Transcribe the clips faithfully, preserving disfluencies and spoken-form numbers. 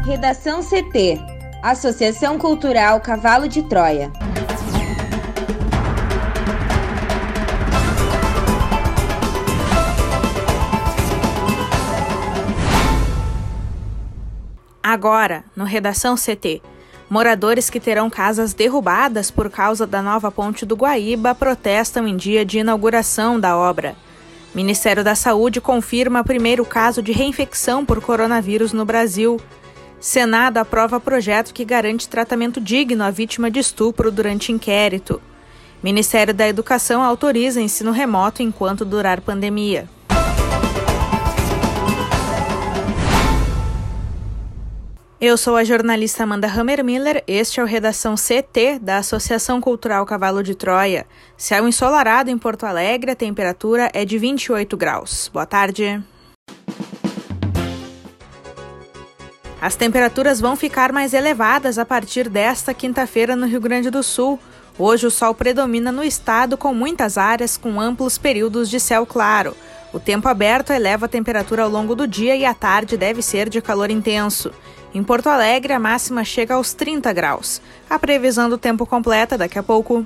Redação C T, Associação Cultural Cavalo de Troia. Agora, no Redação C T, moradores que terão casas derrubadas por causa da nova ponte do Guaíba protestam em dia de inauguração da obra. Ministério da Saúde confirma primeiro caso de reinfecção por coronavírus no Brasil. Senado aprova projeto que garante tratamento digno à vítima de estupro durante inquérito. Ministério da Educação autoriza ensino remoto enquanto durar pandemia. Eu sou a jornalista Amanda Hammermiller, este é o Redação C T da Associação Cultural Cavalo de Troia. Céu ensolarado em Porto Alegre, a temperatura é de vinte e oito graus. Boa tarde. As temperaturas vão ficar mais elevadas a partir desta quinta-feira no Rio Grande do Sul. Hoje o sol predomina no estado com muitas áreas com amplos períodos de céu claro. O tempo aberto eleva a temperatura ao longo do dia e à tarde deve ser de calor intenso. Em Porto Alegre, a máxima chega aos trinta graus. A previsão do tempo completa daqui a pouco.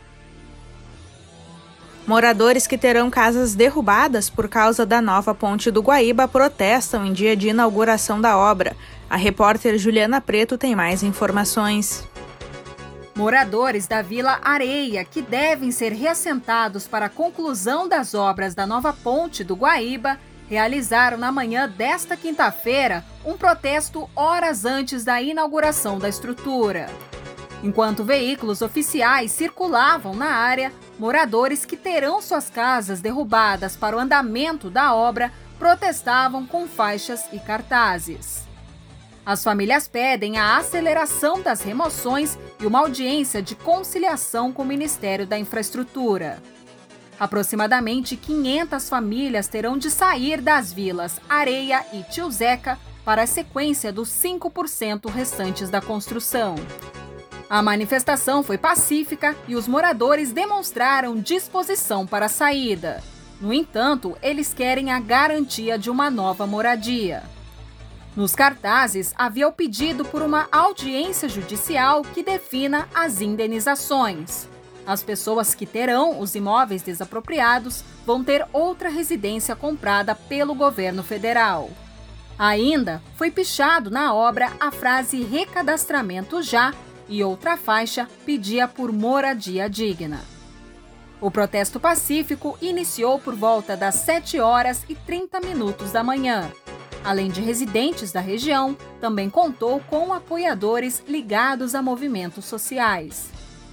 Moradores que terão casas derrubadas por causa da nova ponte do Guaíba protestam em dia de inauguração da obra. A repórter Juliana Preto tem mais informações. Moradores da Vila Areia, que devem ser reassentados para a conclusão das obras da nova ponte do Guaíba, realizaram na manhã desta quinta-feira um protesto horas antes da inauguração da estrutura. Enquanto veículos oficiais circulavam na área, moradores que terão suas casas derrubadas para o andamento da obra protestavam com faixas e cartazes. As famílias pedem a aceleração das remoções e uma audiência de conciliação com o Ministério da Infraestrutura. Aproximadamente quinhentas famílias terão de sair das vilas Areia e Tio Zeca para a sequência dos cinco por cento restantes da construção. A manifestação foi pacífica e os moradores demonstraram disposição para a saída. No entanto, eles querem a garantia de uma nova moradia. Nos cartazes, havia o pedido por uma audiência judicial que defina as indenizações. As pessoas que terão os imóveis desapropriados vão ter outra residência comprada pelo governo federal. Ainda foi pichado na obra a frase recadastramento já e outra faixa pedia por moradia digna. O protesto pacífico iniciou por volta das sete horas e trinta minutos da manhã. Além de residentes da região, também contou com apoiadores ligados a movimentos sociais.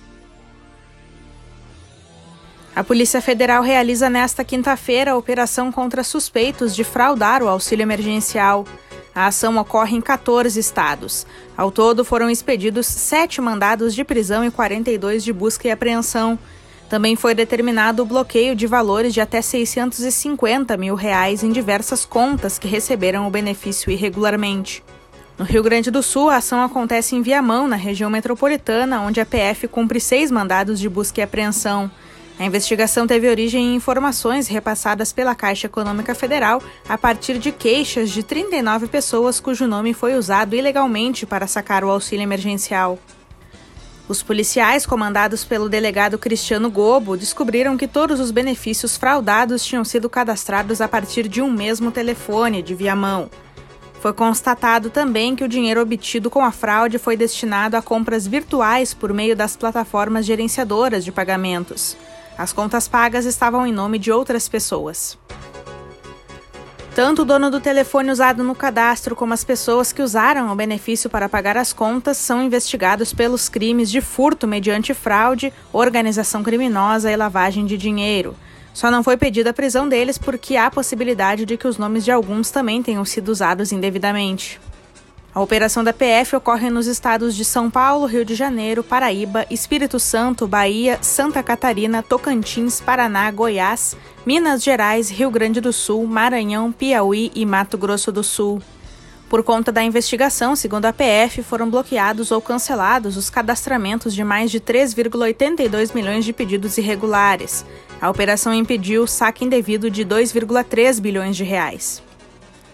A Polícia Federal realiza nesta quinta-feira a operação contra suspeitos de fraudar o auxílio emergencial. A ação ocorre em quatorze estados. Ao todo, foram expedidos sete mandados de prisão e quarenta e dois de busca e apreensão. Também foi determinado o bloqueio de valores de até seiscentos e cinquenta mil reais em diversas contas que receberam o benefício irregularmente. No Rio Grande do Sul, a ação acontece em Viamão, na região metropolitana, onde a P F cumpre seis mandados de busca e apreensão. A investigação teve origem em informações repassadas pela Caixa Econômica Federal a partir de queixas de trinta e nove pessoas cujo nome foi usado ilegalmente para sacar o auxílio emergencial. Os policiais, comandados pelo delegado Cristiano Gobo, descobriram que todos os benefícios fraudados tinham sido cadastrados a partir de um mesmo telefone de Viamão. Foi constatado também que o dinheiro obtido com a fraude foi destinado a compras virtuais por meio das plataformas gerenciadoras de pagamentos. As contas pagas estavam em nome de outras pessoas. Tanto o dono do telefone usado no cadastro como as pessoas que usaram o benefício para pagar as contas são investigados pelos crimes de furto mediante fraude, organização criminosa e lavagem de dinheiro. Só não foi pedida a prisão deles porque há possibilidade de que os nomes de alguns também tenham sido usados indevidamente. A operação da P F ocorre nos estados de São Paulo, Rio de Janeiro, Paraíba, Espírito Santo, Bahia, Santa Catarina, Tocantins, Paraná, Goiás, Minas Gerais, Rio Grande do Sul, Maranhão, Piauí e Mato Grosso do Sul. Por conta da investigação, segundo a P F, foram bloqueados ou cancelados os cadastramentos de mais de três vírgula oitenta e dois milhões de pedidos irregulares. A operação impediu o saque indevido de dois vírgula três bilhões de reais.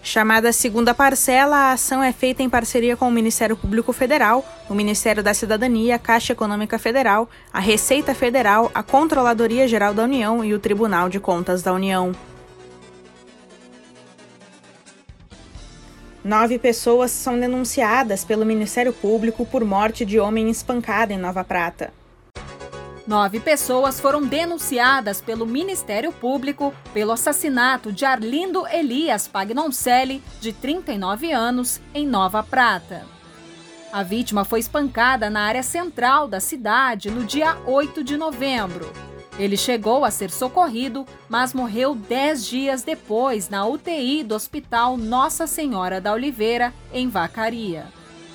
Chamada segunda parcela, a ação é feita em parceria com o Ministério Público Federal, o Ministério da Cidadania, a Caixa Econômica Federal, a Receita Federal, a Controladoria Geral da União e o Tribunal de Contas da União. Nove pessoas são denunciadas pelo Ministério Público por morte de homem espancado em Nova Prata. Nove pessoas foram denunciadas pelo Ministério Público pelo assassinato de Arlindo Elias Pagnoncelli, de trinta e nove anos, em Nova Prata. A vítima foi espancada na área central da cidade no dia oito de novembro. Ele chegou a ser socorrido, mas morreu dez dias depois na U T I do Hospital Nossa Senhora da Oliveira, em Vacaria.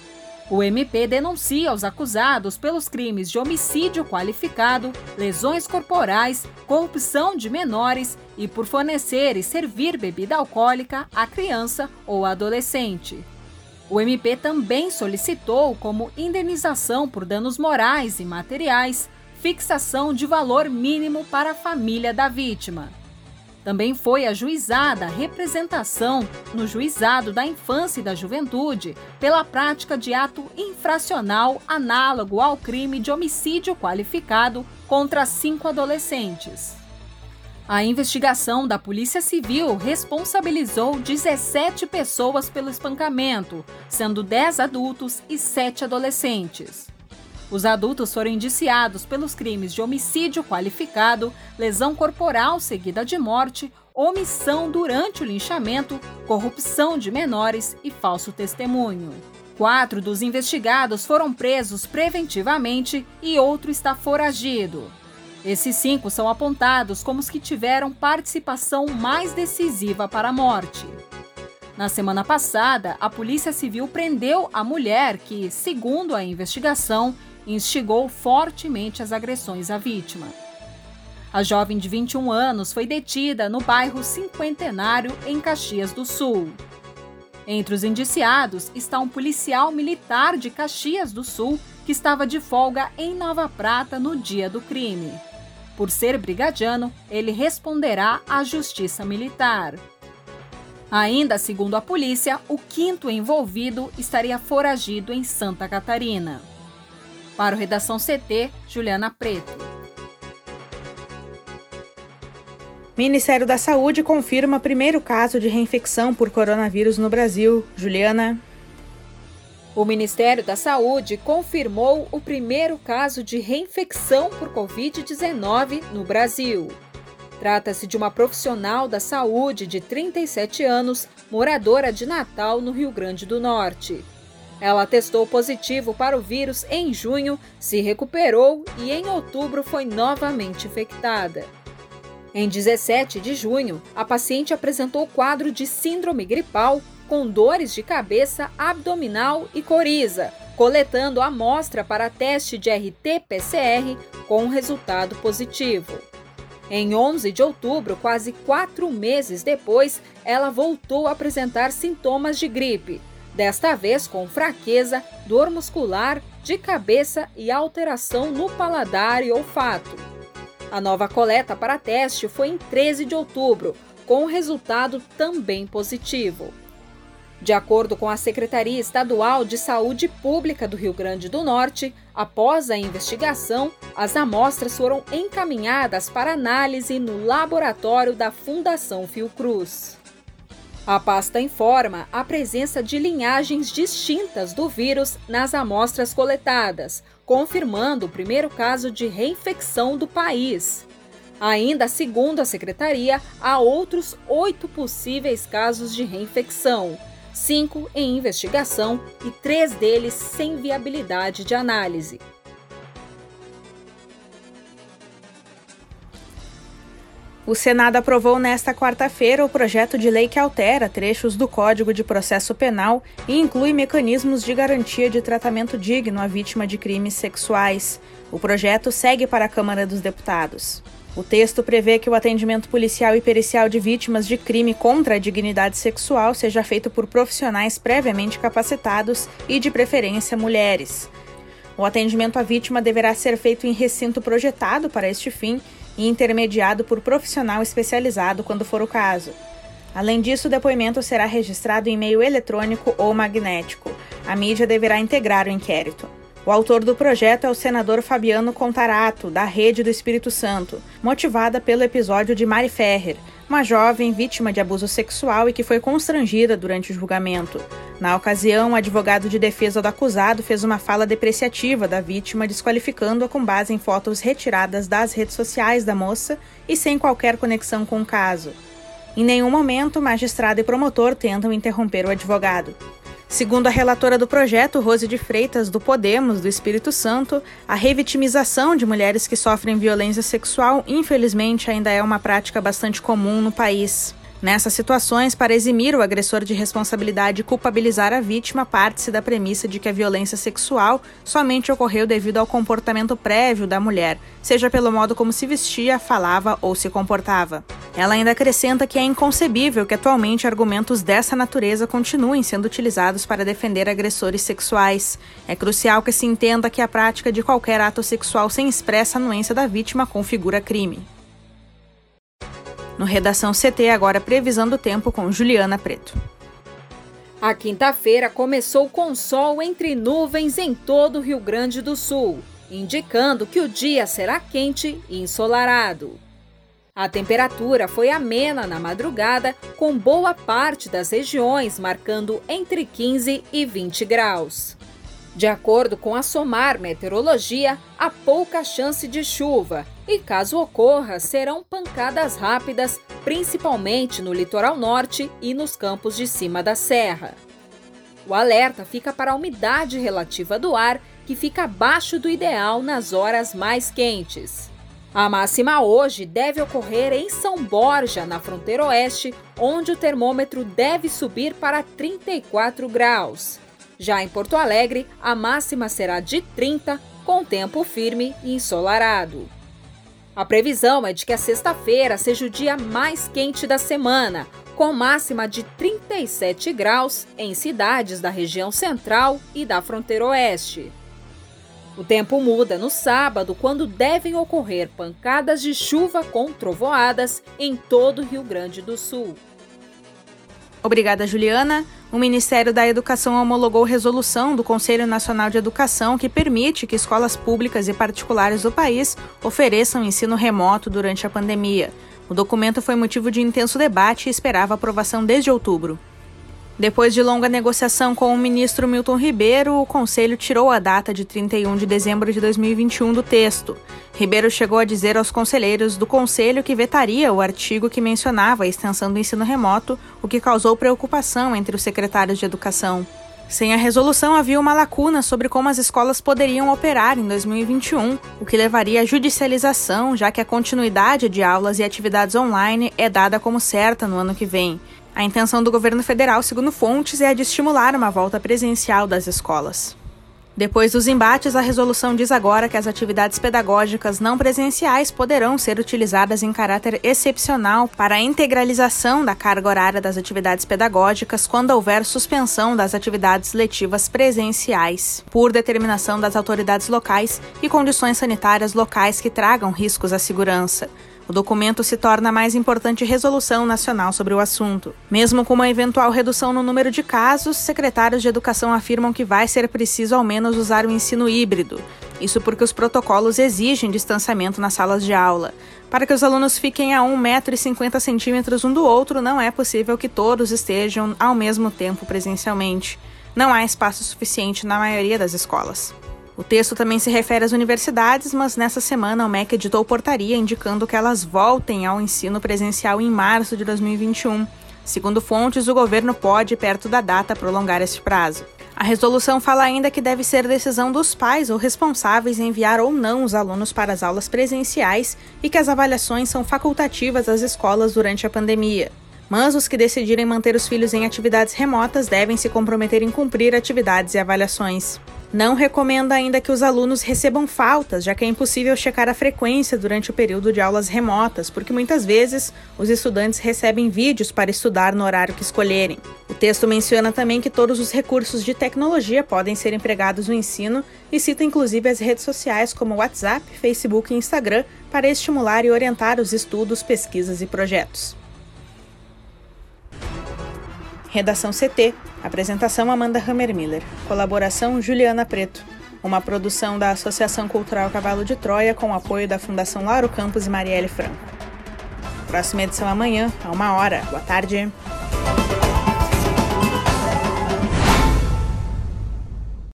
O M P denuncia os acusados pelos crimes de homicídio qualificado, lesões corporais, corrupção de menores e por fornecer e servir bebida alcoólica a criança ou adolescente. O M P também solicitou como indenização por danos morais e materiais, fixação de valor mínimo para a família da vítima. Também foi ajuizada a representação no Juizado da Infância e da Juventude pela prática de ato infracional análogo ao crime de homicídio qualificado contra cinco adolescentes. A investigação da Polícia Civil responsabilizou dezessete pessoas pelo espancamento, sendo dez adultos e sete adolescentes. Os adultos foram indiciados pelos crimes de homicídio qualificado, lesão corporal seguida de morte, omissão durante o linchamento, corrupção de menores e falso testemunho. Quatro dos investigados foram presos preventivamente e outro está foragido. Esses cinco são apontados como os que tiveram participação mais decisiva para a morte. Na semana passada, a Polícia Civil prendeu a mulher que, segundo a investigação, instigou fortemente as agressões à vítima. A jovem de vinte e um anos foi detida no bairro Cinquentenário, em Caxias do Sul. Entre os indiciados está um policial militar de Caxias do Sul que estava de folga em Nova Prata no dia do crime. Por ser brigadiano, ele responderá à Justiça Militar. Ainda segundo a polícia, o quinto envolvido estaria foragido em Santa Catarina. Para o Redação C T, Juliana Preto. Ministério da Saúde confirma primeiro caso de reinfecção por coronavírus no Brasil. Juliana. O Ministério da Saúde confirmou o primeiro caso de reinfecção por covid dezenove no Brasil. Trata-se de uma profissional da saúde de trinta e sete anos, moradora de Natal, no Rio Grande do Norte. Ela testou positivo para o vírus em junho, se recuperou e em outubro foi novamente infectada. Em dezessete de junho, a paciente apresentou quadro de síndrome gripal com dores de cabeça, abdominal e coriza, coletando a amostra para teste de R T P C R com resultado positivo. Em onze de outubro, quase quatro meses depois, ela voltou a apresentar sintomas de gripe, desta vez com fraqueza, dor muscular, de cabeça e alteração no paladar e olfato. A nova coleta para teste foi em treze de outubro, com resultado também positivo. De acordo com a Secretaria Estadual de Saúde Pública do Rio Grande do Norte, após a investigação, as amostras foram encaminhadas para análise no laboratório da Fundação Fiocruz. A pasta informa a presença de linhagens distintas do vírus nas amostras coletadas, confirmando o primeiro caso de reinfecção do país. Ainda segundo a Secretaria, há outros oito possíveis casos de reinfecção, cinco em investigação e três deles sem viabilidade de análise. O Senado aprovou nesta quarta-feira o projeto de lei que altera trechos do Código de Processo Penal e inclui mecanismos de garantia de tratamento digno à vítima de crimes sexuais. O projeto segue para a Câmara dos Deputados. O texto prevê que o atendimento policial e pericial de vítimas de crime contra a dignidade sexual seja feito por profissionais previamente capacitados e, de preferência, mulheres. O atendimento à vítima deverá ser feito em recinto projetado para este fim e intermediado por profissional especializado quando for o caso. Além disso, o depoimento será registrado em meio eletrônico ou magnético. A mídia deverá integrar o inquérito. O autor do projeto é o senador Fabiano Contarato, da Rede do Espírito Santo, motivada pelo episódio de Mari Ferrer, uma jovem vítima de abuso sexual e que foi constrangida durante o julgamento. Na ocasião, o advogado de defesa do acusado fez uma fala depreciativa da vítima, desqualificando-a com base em fotos retiradas das redes sociais da moça e sem qualquer conexão com o caso. Em nenhum momento, magistrado e promotor tentam interromper o advogado. Segundo a relatora do projeto, Rose de Freitas, do Podemos, do Espírito Santo, a revitimização de mulheres que sofrem violência sexual, infelizmente, ainda é uma prática bastante comum no país. Nessas situações, para eximir o agressor de responsabilidade e culpabilizar a vítima, parte-se da premissa de que a violência sexual somente ocorreu devido ao comportamento prévio da mulher, seja pelo modo como se vestia, falava ou se comportava. Ela ainda acrescenta que é inconcebível que atualmente argumentos dessa natureza continuem sendo utilizados para defender agressores sexuais. É crucial que se entenda que a prática de qualquer ato sexual sem expressa anuência da vítima configura crime. No Redação C T, agora previsão do tempo com Juliana Preto. A quinta-feira começou com sol entre nuvens em todo o Rio Grande do Sul, indicando que o dia será quente e ensolarado. A temperatura foi amena na madrugada, com boa parte das regiões marcando entre quinze e vinte graus. De acordo com a SOMAR Meteorologia, há pouca chance de chuva e, caso ocorra, serão pancadas rápidas, principalmente no litoral norte e nos campos de cima da serra. O alerta fica para a umidade relativa do ar, que fica abaixo do ideal nas horas mais quentes. A máxima hoje deve ocorrer em São Borja, na fronteira oeste, onde o termômetro deve subir para trinta e quatro graus. Já em Porto Alegre, a máxima será de trinta, com tempo firme e ensolarado. A previsão é de que a sexta-feira seja o dia mais quente da semana, com máxima de trinta e sete graus em cidades da região central e da fronteira oeste. O tempo muda no sábado, quando devem ocorrer pancadas de chuva com trovoadas em todo o Rio Grande do Sul. Obrigada, Juliana. O Ministério da Educação homologou resolução do Conselho Nacional de Educação que permite que escolas públicas e particulares do país ofereçam ensino remoto durante a pandemia. O documento foi motivo de intenso debate e esperava aprovação desde outubro. Depois de longa negociação com o ministro Milton Ribeiro, o Conselho tirou a data de trinta e um de dezembro de dois mil e vinte e um do texto. Ribeiro chegou a dizer aos conselheiros do Conselho que vetaria o artigo que mencionava a extensão do ensino remoto, o que causou preocupação entre os secretários de Educação. Sem a resolução, havia uma lacuna sobre como as escolas poderiam operar em dois mil e vinte e um, o que levaria à judicialização, já que a continuidade de aulas e atividades online é dada como certa no ano que vem. A intenção do governo federal, segundo fontes, é a de estimular uma volta presencial das escolas. Depois dos embates, a resolução diz agora que as atividades pedagógicas não presenciais poderão ser utilizadas em caráter excepcional para a integralização da carga horária das atividades pedagógicas quando houver suspensão das atividades letivas presenciais, por determinação das autoridades locais e condições sanitárias locais que tragam riscos à segurança. O documento se torna a mais importante resolução nacional sobre o assunto. Mesmo com uma eventual redução no número de casos, secretários de educação afirmam que vai ser preciso ao menos usar o ensino híbrido. Isso porque os protocolos exigem distanciamento nas salas de aula. Para que os alunos fiquem a um metro e cinquenta centímetros um do outro, não é possível que todos estejam ao mesmo tempo presencialmente. Não há espaço suficiente na maioria das escolas. O texto também se refere às universidades, mas nessa semana o M E C editou portaria indicando que elas voltem ao ensino presencial em março de dois mil e vinte e um. Segundo fontes, o governo pode, perto da data, prolongar esse prazo. A resolução fala ainda que deve ser decisão dos pais ou responsáveis enviar ou não os alunos para as aulas presenciais e que as avaliações são facultativas às escolas durante a pandemia. Mas os que decidirem manter os filhos em atividades remotas devem se comprometer em cumprir atividades e avaliações. Não recomenda ainda que os alunos recebam faltas, já que é impossível checar a frequência durante o período de aulas remotas, porque muitas vezes os estudantes recebem vídeos para estudar no horário que escolherem. O texto menciona também que todos os recursos de tecnologia podem ser empregados no ensino e cita inclusive as redes sociais como WhatsApp, Facebook e Instagram para estimular e orientar os estudos, pesquisas e projetos. Redação C T. Apresentação Amanda Hammermiller. Colaboração Juliana Preto. Uma produção da Associação Cultural Cavalo de Troia com apoio da Fundação Lauro Campos e Marielle Franco. Próxima edição amanhã, a uma hora. Boa tarde.